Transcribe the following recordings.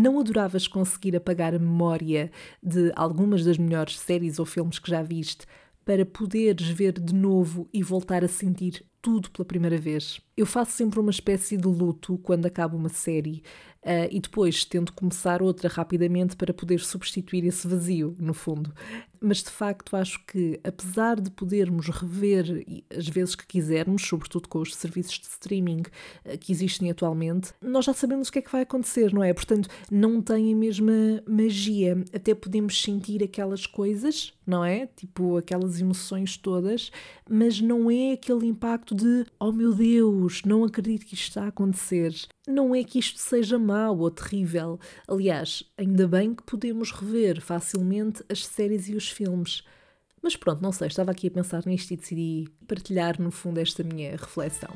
não adoravas conseguir apagar a memória de algumas das melhores séries ou filmes que já viste para poderes ver de novo e voltar a sentir tudo pela primeira vez? Eu faço sempre uma espécie de luto quando acabo uma série e depois tento começar outra rapidamente para poder substituir esse vazio, no fundo. Mas de facto acho que, apesar de podermos rever as vezes que quisermos, sobretudo com os serviços de streaming que existem atualmente, nós já sabemos o que é que vai acontecer, não é? Portanto, não tem a mesma magia. Até podemos sentir aquelas coisas, não é? Tipo, aquelas emoções todas, mas não é aquele impacto de oh meu Deus, não acredito que isto está a acontecer. Não é que isto seja mau ou terrível. Aliás, ainda bem que podemos rever facilmente as séries e os filmes. Mas pronto, não sei, estava aqui a pensar nisto e decidi partilhar no fundo esta minha reflexão.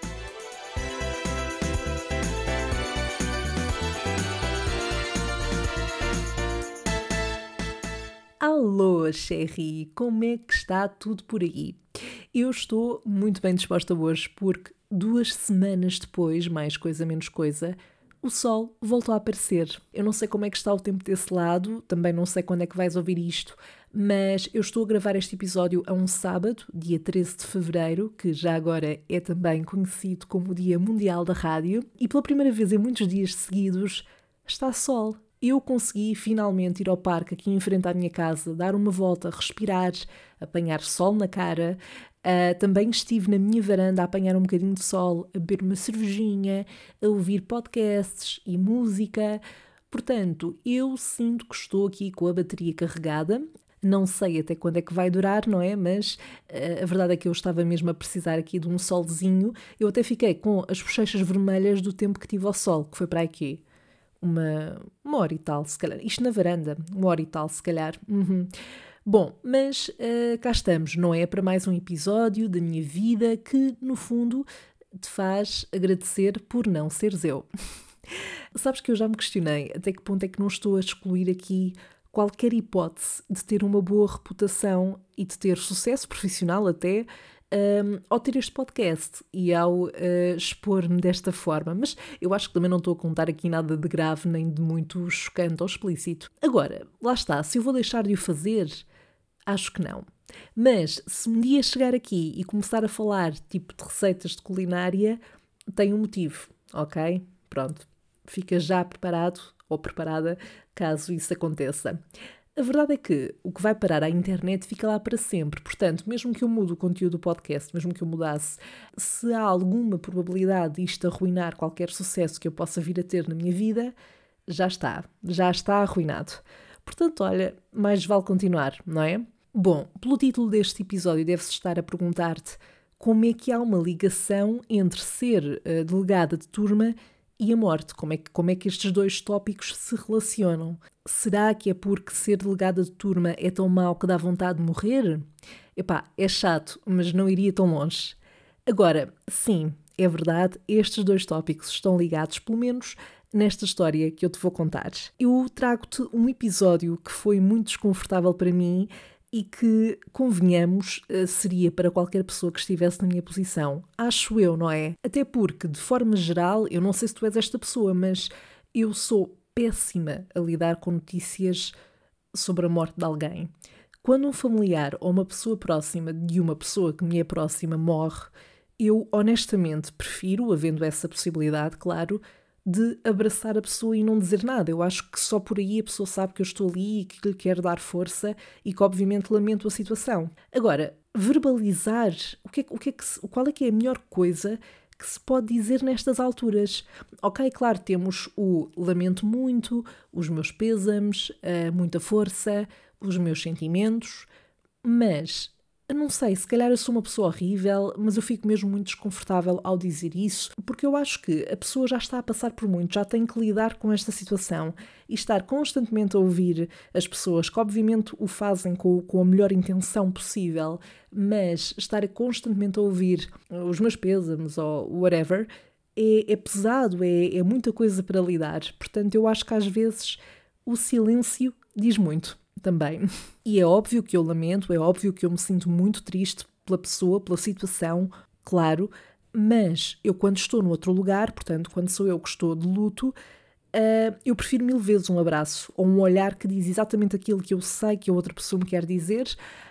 Alô, Sherry! Como é que está tudo por aí? Eu estou muito bem disposta hoje porque 2 semanas depois, mais coisa menos coisa, o sol voltou a aparecer. Eu não sei como é que está o tempo desse lado, também não sei quando é que vais ouvir isto, mas eu estou a gravar este episódio a um sábado, dia 13 de fevereiro, que já agora é também conhecido como o Dia Mundial da Rádio, e pela primeira vez em muitos dias seguidos está sol. Eu consegui finalmente ir ao parque aqui em frente à minha casa, dar uma volta, respirar, apanhar sol na cara. Também estive na minha varanda a apanhar um bocadinho de sol, a beber uma cervejinha, a ouvir podcasts e música. Portanto, eu sinto que estou aqui com a bateria carregada. Não sei até quando é que vai durar, não é? Mas a verdade é que eu estava mesmo a precisar aqui de um solzinho. Eu até fiquei com as bochechas vermelhas do tempo que tive ao sol, que foi para aqui. Uma hora e tal, se calhar. Isto na varanda, 1 hora e tal, se calhar. Bom, mas cá estamos, não é? Para mais um episódio da minha vida que, no fundo, te faz agradecer por não seres eu. Sabes que eu já me questionei até que ponto é que não estou a excluir aqui qualquer hipótese de ter uma boa reputação e de ter sucesso profissional até ao ter este podcast e ao expor-me desta forma. Mas eu acho que também não estou a contar aqui nada de grave nem de muito chocante ou explícito. Agora, lá está, se eu vou deixar de o fazer, acho que não. Mas se um dia chegar aqui e começar a falar tipo de receitas de culinária, tem um motivo, ok? Pronto, fica já preparado ou preparada caso isso aconteça. A verdade é que o que vai parar à internet fica lá para sempre. Portanto, mesmo que eu mude o conteúdo do podcast, mesmo que eu mudasse, se há alguma probabilidade disto arruinar qualquer sucesso que eu possa vir a ter na minha vida, já está arruinado. Portanto, olha, mais vale continuar, não é? Bom, pelo título deste episódio deve-se estar a perguntar-te como é que há uma ligação entre ser delegada de turma e a morte. Como é que estes dois tópicos se relacionam? Será que é porque ser delegada de turma é tão mau que dá vontade de morrer? Epá, é chato, mas não iria tão longe. Agora, sim, é verdade, estes dois tópicos estão ligados, pelo menos nesta história que eu te vou contar. Eu trago-te um episódio que foi muito desconfortável para mim e que, convenhamos, seria para qualquer pessoa que estivesse na minha posição. Acho eu, não é? Até porque, de forma geral, eu não sei se tu és esta pessoa, mas eu sou péssima a lidar com notícias sobre a morte de alguém. Quando um familiar ou uma pessoa próxima de uma pessoa que me é próxima morre, eu honestamente prefiro, havendo essa possibilidade, claro, de abraçar a pessoa e não dizer nada. Eu acho que só por aí a pessoa sabe que eu estou ali e que lhe quero dar força e que obviamente lamento a situação. Agora, verbalizar qual é que é a melhor coisa que se pode dizer nestas alturas? Ok, claro, temos o lamento muito, os meus pêsames, muita força, os meus sentimentos, mas eu não sei, se calhar eu sou uma pessoa horrível, mas eu fico mesmo muito desconfortável ao dizer isso, porque eu acho que a pessoa já está a passar por muito, já tem que lidar com esta situação e estar constantemente a ouvir as pessoas que obviamente o fazem com a melhor intenção possível, mas estar constantemente a ouvir os meus pêsames ou whatever, é pesado, é muita coisa para lidar. Portanto, eu acho que às vezes o silêncio diz muito também. E é óbvio que eu lamento, é óbvio que eu me sinto muito triste pela pessoa, pela situação, claro, mas eu quando estou no outro lugar, portanto, quando sou eu que estou de luto, eu prefiro mil vezes um abraço ou um olhar que diz exatamente aquilo que eu sei que a outra pessoa me quer dizer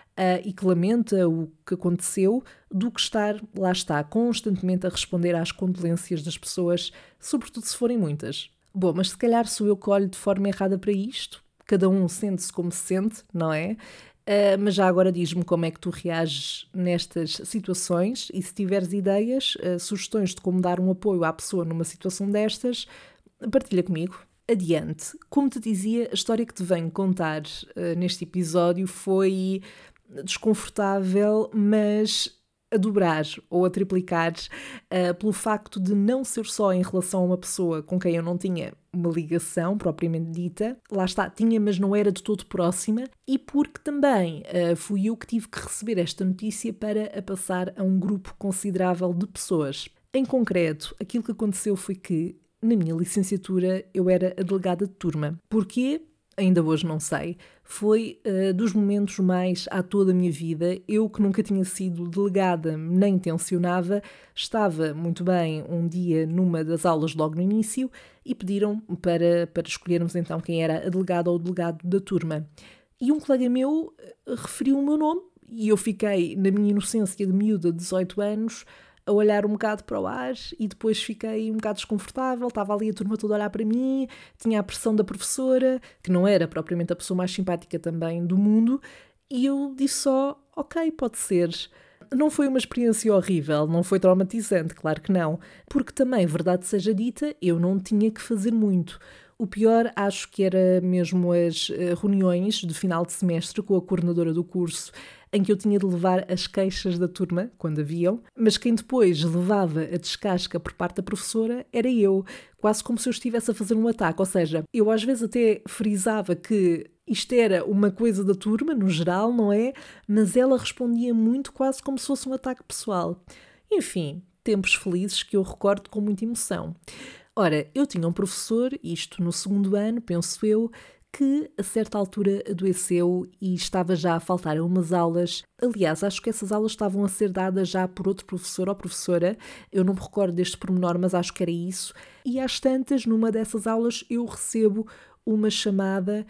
e que lamenta o que aconteceu, do que estar, lá está, constantemente a responder às condolências das pessoas, sobretudo se forem muitas. Bom, mas se calhar sou eu que olho de forma errada para isto. Cada um sente-se como se sente, não é? Mas já agora diz-me como é que tu reages nestas situações e se tiveres ideias, sugestões de como dar um apoio à pessoa numa situação destas, partilha comigo. Adiante. Como te dizia, a história que te venho contar neste episódio foi desconfortável, mas a dobrar ou a triplicar pelo facto de não ser só em relação a uma pessoa com quem eu não tinha uma ligação propriamente dita, lá está, tinha, mas não era de todo próxima, e porque também fui eu que tive que receber esta notícia para a passar a um grupo considerável de pessoas. Em concreto, aquilo que aconteceu foi que, na minha licenciatura, eu era a delegada de turma. Porquê? Ainda hoje não sei. Foi dos momentos mais à toa da minha vida. Eu, que nunca tinha sido delegada nem tencionava, estava muito bem um dia numa das aulas logo no início e pediram para escolhermos então quem era a delegada ou o delegado da turma. E um colega meu referiu o meu nome e eu fiquei, na minha inocência de miúda de 18 anos, a olhar um bocado para o ar e depois fiquei um bocado desconfortável, estava ali a turma toda a olhar para mim, tinha a pressão da professora, que não era propriamente a pessoa mais simpática também do mundo, e eu disse só, ok, pode ser. Não foi uma experiência horrível, não foi traumatizante, claro que não, porque também, verdade seja dita, eu não tinha que fazer muito. O pior acho que era mesmo as reuniões de final de semestre com a coordenadora do curso, em que eu tinha de levar as queixas da turma, quando haviam, mas quem depois levava a descasca por parte da professora era eu, quase como se eu estivesse a fazer um ataque, ou seja, eu às vezes até frisava que isto era uma coisa da turma, no geral, não é? Mas ela respondia muito quase como se fosse um ataque pessoal. Enfim, tempos felizes que eu recordo com muita emoção. Ora, eu tinha um professor, isto no segundo ano, penso eu, que a certa altura adoeceu e estava já a faltar a umas aulas. Aliás, acho que essas aulas estavam a ser dadas já por outro professor ou professora, eu não me recordo deste pormenor, mas acho que era isso. E às tantas, numa dessas aulas, eu recebo uma chamada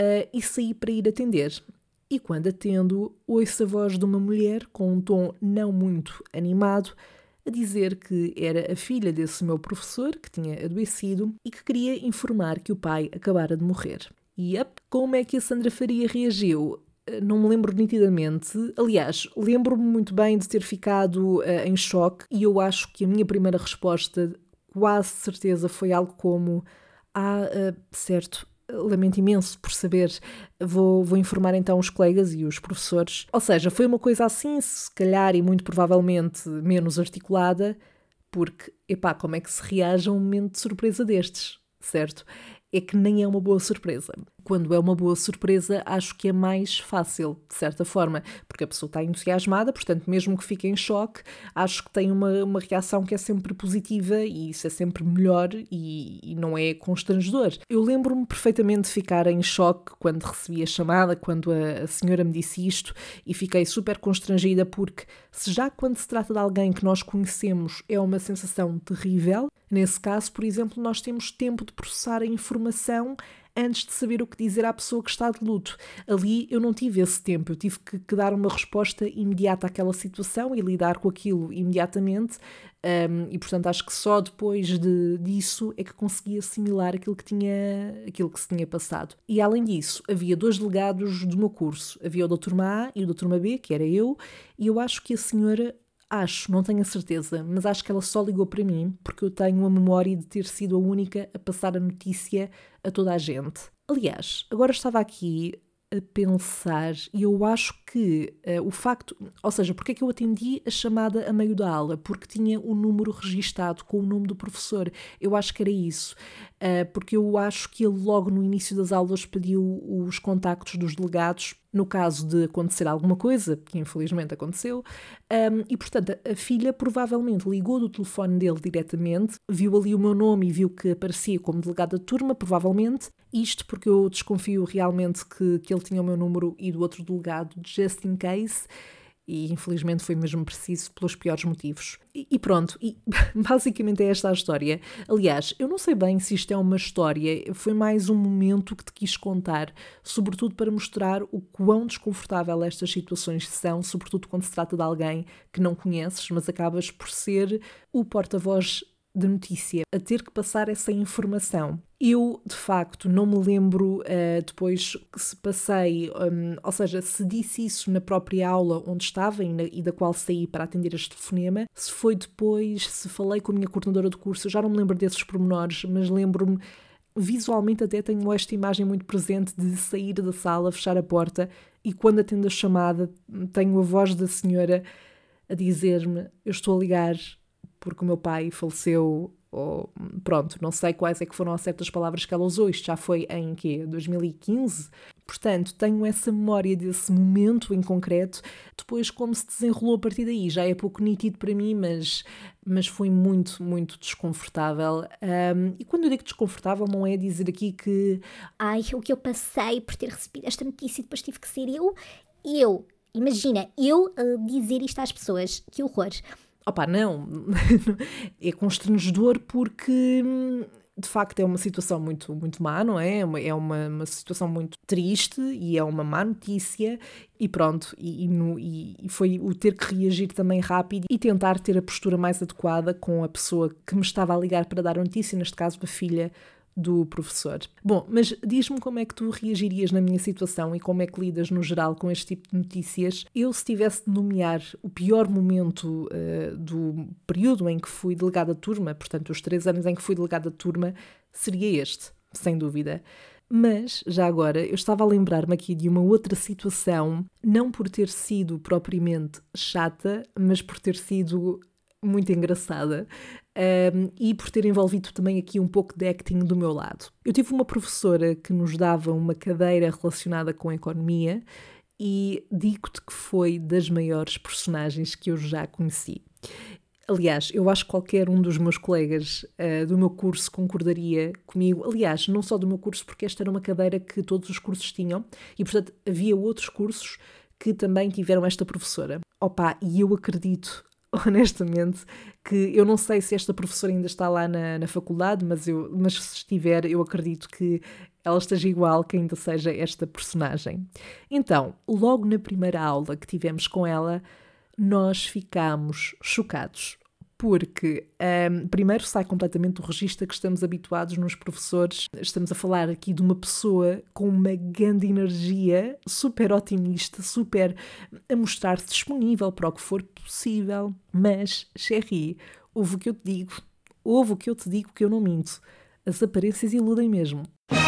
e saí para ir atender. E quando atendo, ouço a voz de uma mulher com um tom não muito animado, a dizer que era a filha desse meu professor, que tinha adoecido, e que queria informar que o pai acabara de morrer. E como é que a Sandra Faria reagiu? Não me lembro nitidamente. Aliás, lembro-me muito bem de ter ficado em choque e eu acho que a minha primeira resposta, quase certeza, foi algo como certo, lamento imenso por saber, vou informar então os colegas e os professores. Ou seja, foi uma coisa assim, se calhar e muito provavelmente menos articulada, porque, como é que se reage a um momento de surpresa destes, certo? É que nem é uma boa surpresa. Quando é uma boa surpresa, acho que é mais fácil, de certa forma, porque a pessoa está entusiasmada, portanto, mesmo que fique em choque, acho que tem uma reação que é sempre positiva e isso é sempre melhor e não é constrangedor. Eu lembro-me perfeitamente de ficar em choque quando recebi a chamada, quando a senhora me disse isto e fiquei super constrangida porque, se já quando se trata de alguém que nós conhecemos é uma sensação terrível, nesse caso, por exemplo, nós temos tempo de processar a informação antes de saber o que dizer à pessoa que está de luto. Ali eu não tive esse tempo, eu tive que dar uma resposta imediata àquela situação e lidar com aquilo imediatamente e portanto acho que só depois disso é que consegui assimilar aquilo que se tinha passado. E além disso, havia 2 delegados do meu curso, havia o da turma A e o da turma B, que era eu, e eu acho que a senhora... não tenho a certeza, mas acho que ela só ligou para mim porque eu tenho a memória de ter sido a única a passar a notícia a toda a gente. Aliás, agora estava aqui a pensar e eu acho que o facto... Ou seja, porque é que eu atendi a chamada a meio da aula? Porque tinha o número registado com o nome do professor. Eu acho que era isso. Porque eu acho que ele logo no início das aulas pediu os contactos dos delegados no caso de acontecer alguma coisa, que infelizmente aconteceu, e portanto a filha provavelmente ligou do telefone dele diretamente, viu ali o meu nome e viu que aparecia como delegada de turma, provavelmente, isto porque eu desconfio realmente que ele tinha o meu número e do outro delegado, just in case, e infelizmente foi mesmo preciso pelos piores motivos. E pronto, e basicamente é esta a história. Aliás, eu não sei bem se isto é uma história, foi mais um momento que te quis contar, sobretudo para mostrar o quão desconfortável estas situações são, sobretudo quando se trata de alguém que não conheces, mas acabas por ser o porta-voz de notícia, a ter que passar essa informação. Eu, de facto, não me lembro depois que se passei, ou seja, se disse isso na própria aula onde estava e da qual saí para atender este telefonema, se foi depois, se falei com a minha coordenadora de curso, eu já não me lembro desses pormenores, mas lembro-me, visualmente até tenho esta imagem muito presente de sair da sala, fechar a porta e quando atendo a chamada tenho a voz da senhora a dizer-me, eu estou a ligar porque o meu pai faleceu, ou pronto, não sei quais é que foram as certas palavras que ela usou, isto já foi em quê? 2015? Portanto, tenho essa memória desse momento em concreto, depois como se desenrolou a partir daí, já é pouco nítido para mim, mas foi muito, muito desconfortável. E quando eu digo desconfortável, não é dizer aqui que... Ai, o que eu passei por ter recebido esta notícia e depois tive que ser imagina, eu dizer isto às pessoas, que horror. Opa, não, é constrangedor porque de facto é uma situação muito, muito má, não é? É uma situação muito triste e é uma má notícia e pronto, e foi o ter que reagir também rápido e tentar ter a postura mais adequada com a pessoa que me estava a ligar para dar a notícia, neste caso a filha do professor. Bom, mas diz-me como é que tu reagirias na minha situação e como é que lidas no geral com este tipo de notícias. Eu, se tivesse de nomear o pior momento do período em que fui delegada de turma, portanto os 3 anos em que fui delegada de turma, seria este, sem dúvida. Mas, já agora, eu estava a lembrar-me aqui de uma outra situação, não por ter sido propriamente chata, mas por ter sido muito engraçada. E por ter envolvido também aqui um pouco de acting do meu lado. Eu tive uma professora que nos dava uma cadeira relacionada com a economia e digo-te que foi das maiores personagens que eu já conheci. Aliás, eu acho que qualquer um dos meus colegas do meu curso concordaria comigo. Aliás, não só do meu curso, porque esta era uma cadeira que todos os cursos tinham e, portanto, havia outros cursos que também tiveram esta professora. Opa, e eu acredito honestamente, que eu não sei se esta professora ainda está lá na faculdade, mas se estiver, eu acredito que ela esteja igual, que ainda seja esta personagem. Então, logo na primeira aula que tivemos com ela, nós ficámos chocados. Porque, primeiro, sai completamente do registro a que estamos habituados nos professores. Estamos a falar aqui de uma pessoa com uma grande energia, super otimista, super a mostrar-se disponível para o que for possível. Mas, chérie, ouve o que eu te digo que eu não minto. As aparências iludem mesmo.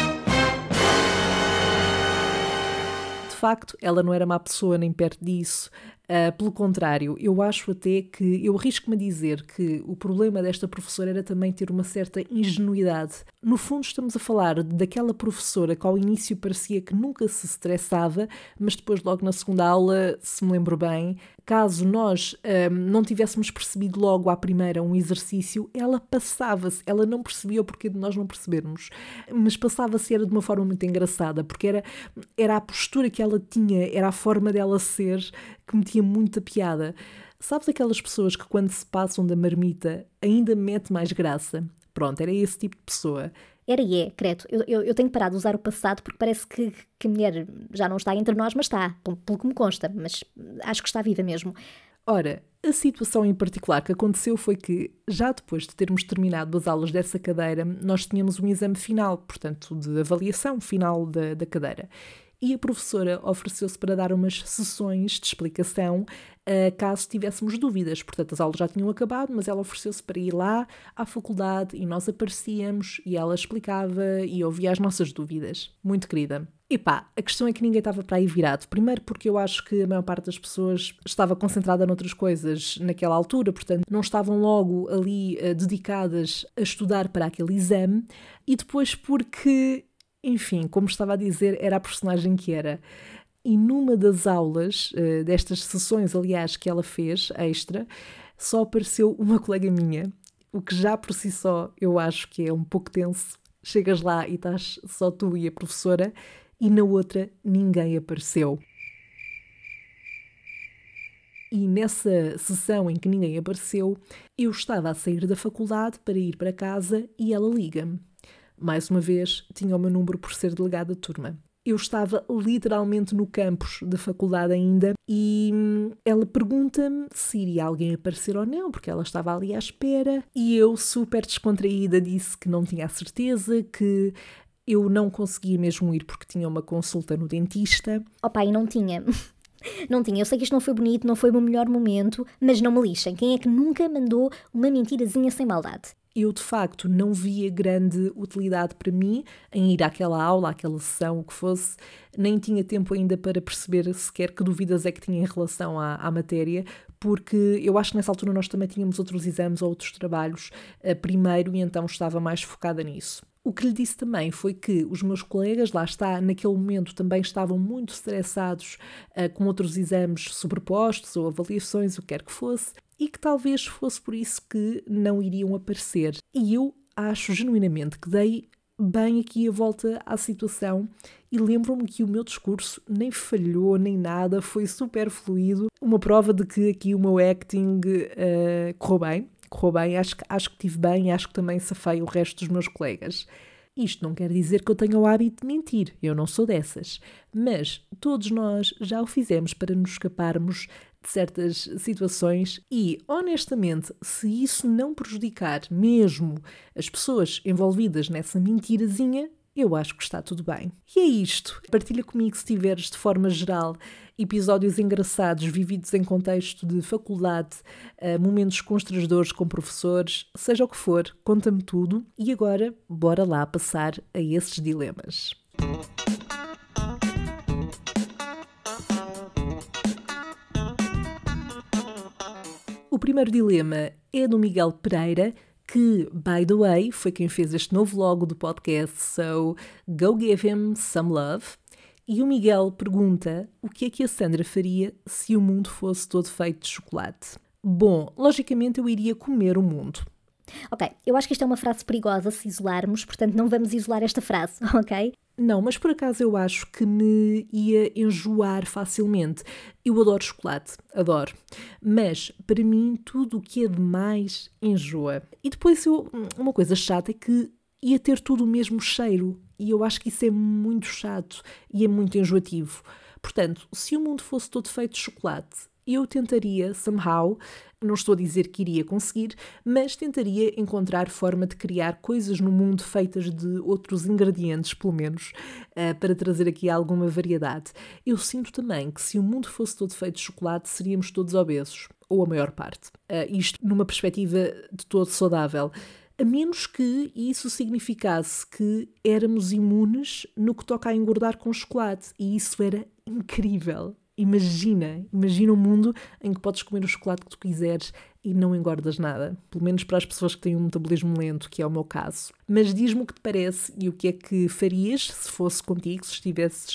De facto, ela não era má pessoa nem perto disso. Pelo contrário, eu acho até que, eu arrisco-me a dizer que o problema desta professora era também ter uma certa ingenuidade. No fundo estamos a falar daquela professora que ao início parecia que nunca se estressava, mas depois logo na segunda aula, se me lembro bem, caso nós não tivéssemos percebido logo à primeira um exercício, ela passava-se, ela não percebia o porquê de nós não percebermos, mas passava-se era de uma forma muito engraçada, porque era a postura que ela tinha, era a forma dela ser, que me tinha muita piada. Sabes aquelas pessoas que quando se passam da marmita ainda mete mais graça? Pronto, era esse tipo de pessoa. Era e é, credo. Eu tenho parado de usar o passado porque parece que a mulher já não está entre nós, mas está, pelo que me consta, mas acho que está viva mesmo. Ora, a situação em particular que aconteceu foi que, já depois de termos terminado as aulas dessa cadeira, nós tínhamos um exame final, portanto, de avaliação final da cadeira. E a professora ofereceu-se para dar umas sessões de explicação caso tivéssemos dúvidas. Portanto, as aulas já tinham acabado, mas ela ofereceu-se para ir lá à faculdade e nós aparecíamos e ela explicava e ouvia as nossas dúvidas. Muito querida. E pá, a questão é que ninguém estava para aí virado. Primeiro porque eu acho que a maior parte das pessoas estava concentrada noutras coisas naquela altura, portanto não estavam logo ali dedicadas a estudar para aquele exame. E depois porque, enfim, como estava a dizer, era a personagem que era. E numa das aulas, destas sessões, aliás, que ela fez, extra, só apareceu uma colega minha, o que já por si só eu acho que é um pouco tenso. Chegas lá e estás só tu e a professora, e na outra ninguém apareceu. E nessa sessão em que ninguém apareceu, eu estava a sair da faculdade para ir para casa e ela liga-me. Mais uma vez, tinha o meu número por ser delegada de turma. Eu estava literalmente no campus da faculdade ainda e ela pergunta-me se iria alguém aparecer ou não, porque ela estava ali à espera. E eu, super descontraída, disse que não tinha a certeza, que eu não conseguia mesmo ir porque tinha uma consulta no dentista. Opa, e não tinha. Não tinha. Eu sei que isto não foi bonito, não foi o meu melhor momento, mas não me lixem. Quem é que nunca mandou uma mentirazinha sem maldade? Eu, de facto, não via grande utilidade para mim em ir àquela aula, àquela sessão, o que fosse. Nem tinha tempo ainda para perceber sequer que dúvidas é que tinha em relação à matéria, porque eu acho que nessa altura nós também tínhamos outros exames ou outros trabalhos primeiro e então estava mais focada nisso. O que lhe disse também foi que os meus colegas, lá está, naquele momento também estavam muito estressados com outros exames sobrepostos ou avaliações, o que quer que fosse, e que talvez fosse por isso que não iriam aparecer. E eu acho genuinamente que dei bem aqui a volta à situação e lembro-me que o meu discurso nem falhou nem nada, foi super fluido, uma prova de que aqui o meu acting correu bem, acho que estive bem e acho que também safei o resto dos meus colegas. Isto não quer dizer que eu tenha o hábito de mentir, eu não sou dessas, mas todos nós já o fizemos para nos escaparmos de certas situações e, honestamente, se isso não prejudicar mesmo as pessoas envolvidas nessa mentirazinha, eu acho que está tudo bem. E é isto. Partilha comigo se tiveres, de forma geral, episódios engraçados vividos em contexto de faculdade, momentos constrangedores com professores, seja o que for, conta-me tudo. E agora, bora lá passar a esses dilemas. O primeiro dilema é do Miguel Pereira, que, by the way, foi quem fez este novo logo do podcast, so go give him some love. E o Miguel pergunta o que é que a Sandra faria se o mundo fosse todo feito de chocolate. Bom, logicamente eu iria comer o mundo. Ok, eu acho que isto é uma frase perigosa se isolarmos, portanto não vamos isolar esta frase, ok? Não, mas por acaso eu acho que me ia enjoar facilmente. Eu adoro chocolate, adoro. Mas, para mim, tudo o que é demais enjoa. E depois, uma coisa chata é que ia ter tudo o mesmo cheiro. E eu acho que isso é muito chato e é muito enjoativo. Portanto, se o mundo fosse todo feito de chocolate, eu tentaria, somehow, não estou a dizer que iria conseguir, mas tentaria encontrar forma de criar coisas no mundo feitas de outros ingredientes, pelo menos, para trazer aqui alguma variedade. Eu sinto também que se o mundo fosse todo feito de chocolate, seríamos todos obesos, ou a maior parte. Isto numa perspectiva de todo saudável. A menos que isso significasse que éramos imunes no que toca a engordar com chocolate. E isso era incrível. Imagina um mundo em que podes comer o chocolate que tu quiseres e não engordas nada. Pelo menos para as pessoas que têm um metabolismo lento, que é o meu caso. Mas diz-me o que te parece e o que é que farias se fosse contigo, se estivesses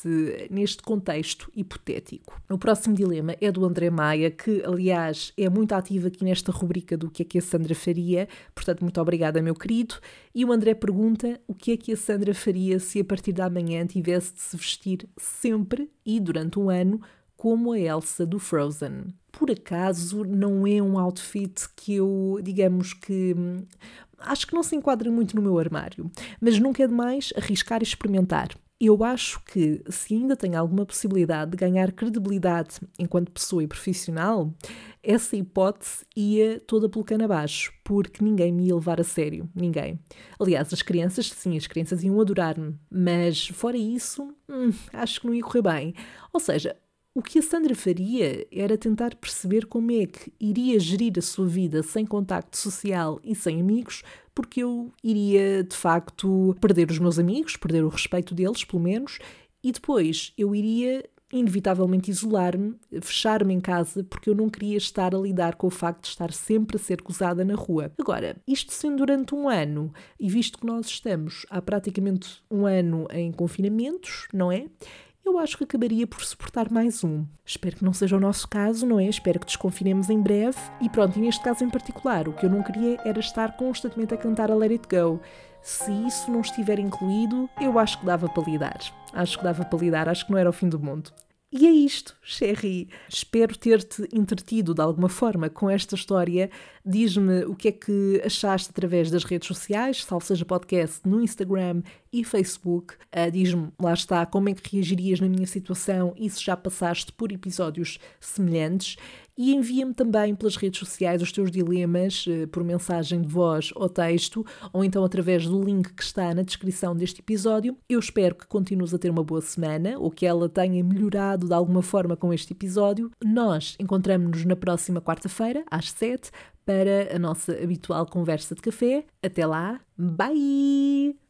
neste contexto hipotético. O próximo dilema é do André Maia, que, aliás, é muito ativo aqui nesta rubrica do que é que a Sandra faria. Portanto, muito obrigada, meu querido. E o André pergunta o que é que a Sandra faria se a partir da manhã tivesse de se vestir sempre e durante um ano como a Elsa do Frozen. Por acaso, não é um outfit que eu, digamos que, acho que não se enquadra muito no meu armário, mas nunca é demais arriscar e experimentar. Eu acho que, se ainda tenho alguma possibilidade de ganhar credibilidade enquanto pessoa e profissional, essa hipótese ia toda pelo cano abaixo, porque ninguém me ia levar a sério, ninguém. Aliás, as crianças iam adorar-me, mas fora isso, acho que não ia correr bem. Ou seja, o que a Sandra faria era tentar perceber como é que iria gerir a sua vida sem contacto social e sem amigos, porque eu iria, de facto, perder os meus amigos, perder o respeito deles, pelo menos, e depois eu iria, inevitavelmente, isolar-me, fechar-me em casa, porque eu não queria estar a lidar com o facto de estar sempre a ser gozada na rua. Agora, isto sendo durante um ano, e visto que nós estamos há praticamente um ano em confinamentos, não é? Eu acho que acabaria por suportar mais um. Espero que não seja o nosso caso, não é? Espero que desconfinemos em breve. E pronto, e neste caso em particular, o que eu não queria era estar constantemente a cantar a Let It Go. Se isso não estiver incluído, eu acho que dava para lidar. Acho que não era o fim do mundo. E é isto, Sherry. Espero ter-te entretido de alguma forma com esta história. Diz-me o que é que achaste através das redes sociais, salvo seja podcast, no Instagram e Facebook. Diz-me, lá está, como é que reagirias na minha situação e se já passaste por episódios semelhantes. E envia-me também pelas redes sociais os teus dilemas, por mensagem de voz ou texto, ou então através do link que está na descrição deste episódio. Eu espero que continues a ter uma boa semana, ou que ela tenha melhorado de alguma forma com este episódio. Nós encontramos-nos na próxima quarta-feira, às 7, para a nossa habitual conversa de café. Até lá, bye!